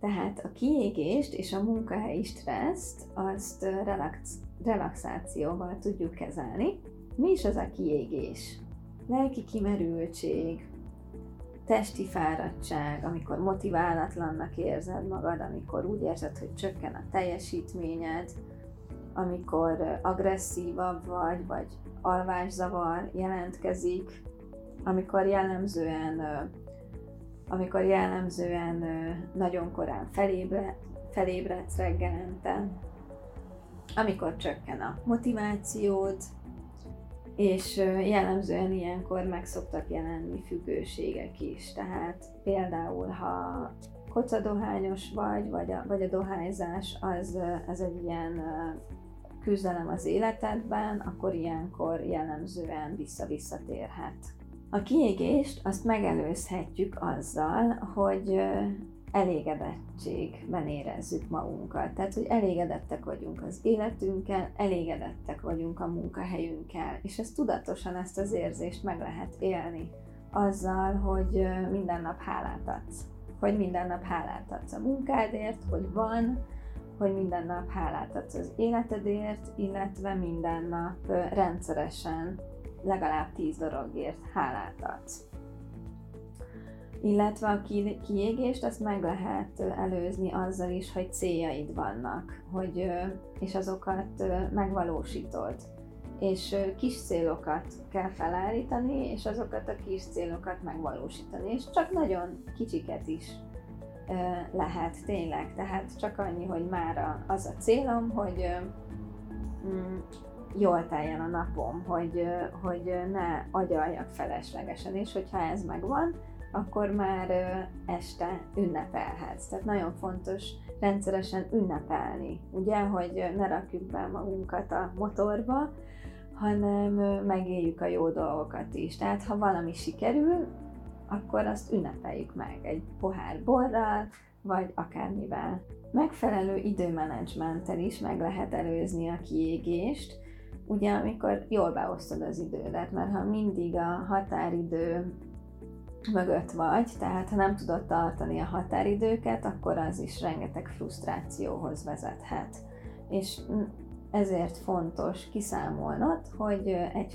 Tehát a kiégést és a munkahelyi stresszt azt relaxációval tudjuk kezelni. Mi is az a kiégés? Lelki kimerültség, testi fáradtság, amikor motiválatlannak érzed magad, amikor úgy érzed, hogy csökken a teljesítményed, amikor agresszívabb vagy alvászavar jelentkezik, amikor jellemzően nagyon korán felébredsz reggelente, amikor csökken a motivációd, és jellemzően ilyenkor meg szoktak jelenni függőségek is. Tehát például, ha kocadohányos vagy a dohányzás az egy ilyen küzdelem az életedben, akkor ilyenkor jellemzően visszatérhet. A kiégést azt megelőzhetjük azzal, hogy elégedettségben érezzük magunkat. Tehát, hogy elégedettek vagyunk az életünkkel, elégedettek vagyunk a munkahelyünkkel, és tudatosan ezt az érzést meg lehet élni azzal, hogy minden nap hálát adsz. Hogy minden nap hálát adsz a munkádért, hogy van, hogy minden nap hálát adsz az életedért, illetve minden nap rendszeresen legalább 10 dologért hálát adsz. Illetve a kiégést azt meg lehet előzni azzal is, hogy céljaid vannak, és azokat megvalósítod. És kis célokat kell felállítani, és azokat a kis célokat megvalósítani. És csak nagyon kicsiket is lehet tényleg. Tehát csak annyi, hogy már az a célom, hogy jól teljen a napom, hogy ne agyaljak feleslegesen, és hogyha ez megvan, akkor már este ünnepelhetsz. Tehát nagyon fontos rendszeresen ünnepelni, ugye, hogy ne rakjuk be magunkat a motorba, hanem megéljük a jó dolgokat is. Tehát ha valami sikerül, akkor azt ünnepeljük meg egy pohár borral, vagy akármivel. Megfelelő időmenedzsmenttel is meg lehet előzni a kiégést, ugye, amikor jól beosztod az idődet, mert ha mindig a határidő mögött vagy, tehát ha nem tudod tartani a határidőket, akkor az is rengeteg frusztrációhoz vezethet. És ezért fontos kiszámolnod, hogy egy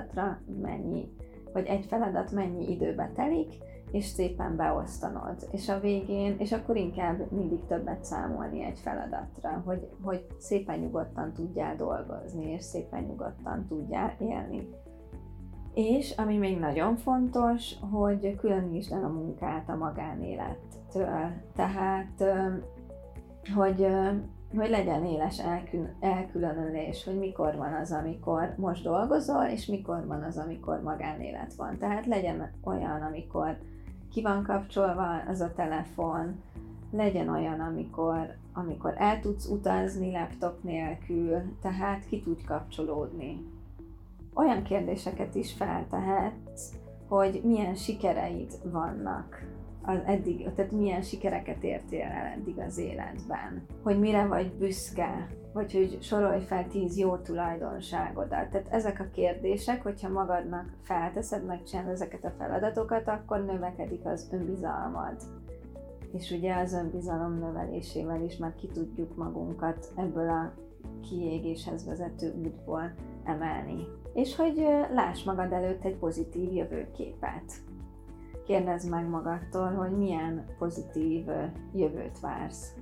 feladat mennyi időbe telik, és szépen beosztanod. És a végén, és akkor inkább mindig többet számolni egy feladatra, hogy szépen nyugodtan tudjál dolgozni, és szépen nyugodtan tudjál élni. És ami még nagyon fontos, hogy különítsd el a munkát a magánélettől. Tehát, hogy legyen éles elkülönülés, hogy mikor van az, amikor most dolgozol, és mikor van az, amikor magánélet van. Tehát legyen olyan, amikor ki van kapcsolva az a telefon, legyen olyan, amikor el tudsz utazni laptop nélkül, tehát ki tudj kapcsolódni. Olyan kérdéseket is feltehetsz, hogy milyen sikereid vannak tehát milyen sikereket értél el eddig az életben, hogy mire vagy büszke, vagy hogy sorolj fel 10 jó tulajdonságodat. Tehát ezek a kérdések, hogyha magadnak felteszed, megcsinálod ezeket a feladatokat, akkor növekedik az önbizalmad. És ugye az önbizalom növelésével is már ki tudjuk magunkat ebből a kiégéshez vezető útból emelni. És hogy láss magad előtt egy pozitív jövőképet. Kérdezd meg magadtól, hogy milyen pozitív jövőt vársz.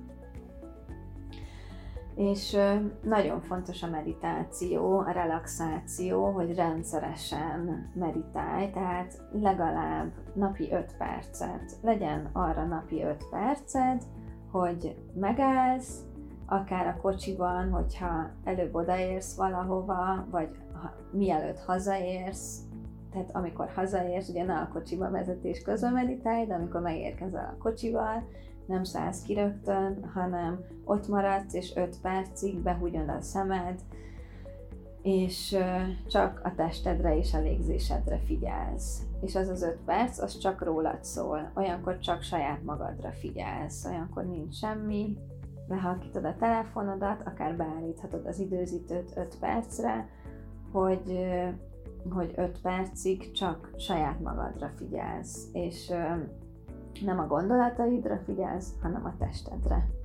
És nagyon fontos a meditáció, a relaxáció, hogy rendszeresen meditálj, tehát legalább napi 5 percet. Legyen arra napi 5 perced, hogy megállsz, akár a kocsiban, hogyha előbb odaérsz valahova, vagy mielőtt hazaérsz, tehát amikor hazaérsz, ugye ne a kocsiba vezetés közben meditálj, de amikor megérkezel a kocsival, nem szállsz ki rögtön, hanem ott maradsz, és 5 percig behúgyod a szemed, és csak a testedre és a légzésedre figyelsz. És az az 5 perc, az csak rólad szól. Olyankor csak saját magadra figyelsz, olyankor nincs semmi, lehalkítod a telefonodat, akár beállíthatod az időzítőt 5 percre, hogy 5 percig csak saját magadra figyelsz, és Nem a gondolataidra figyelsz, hanem a testedre.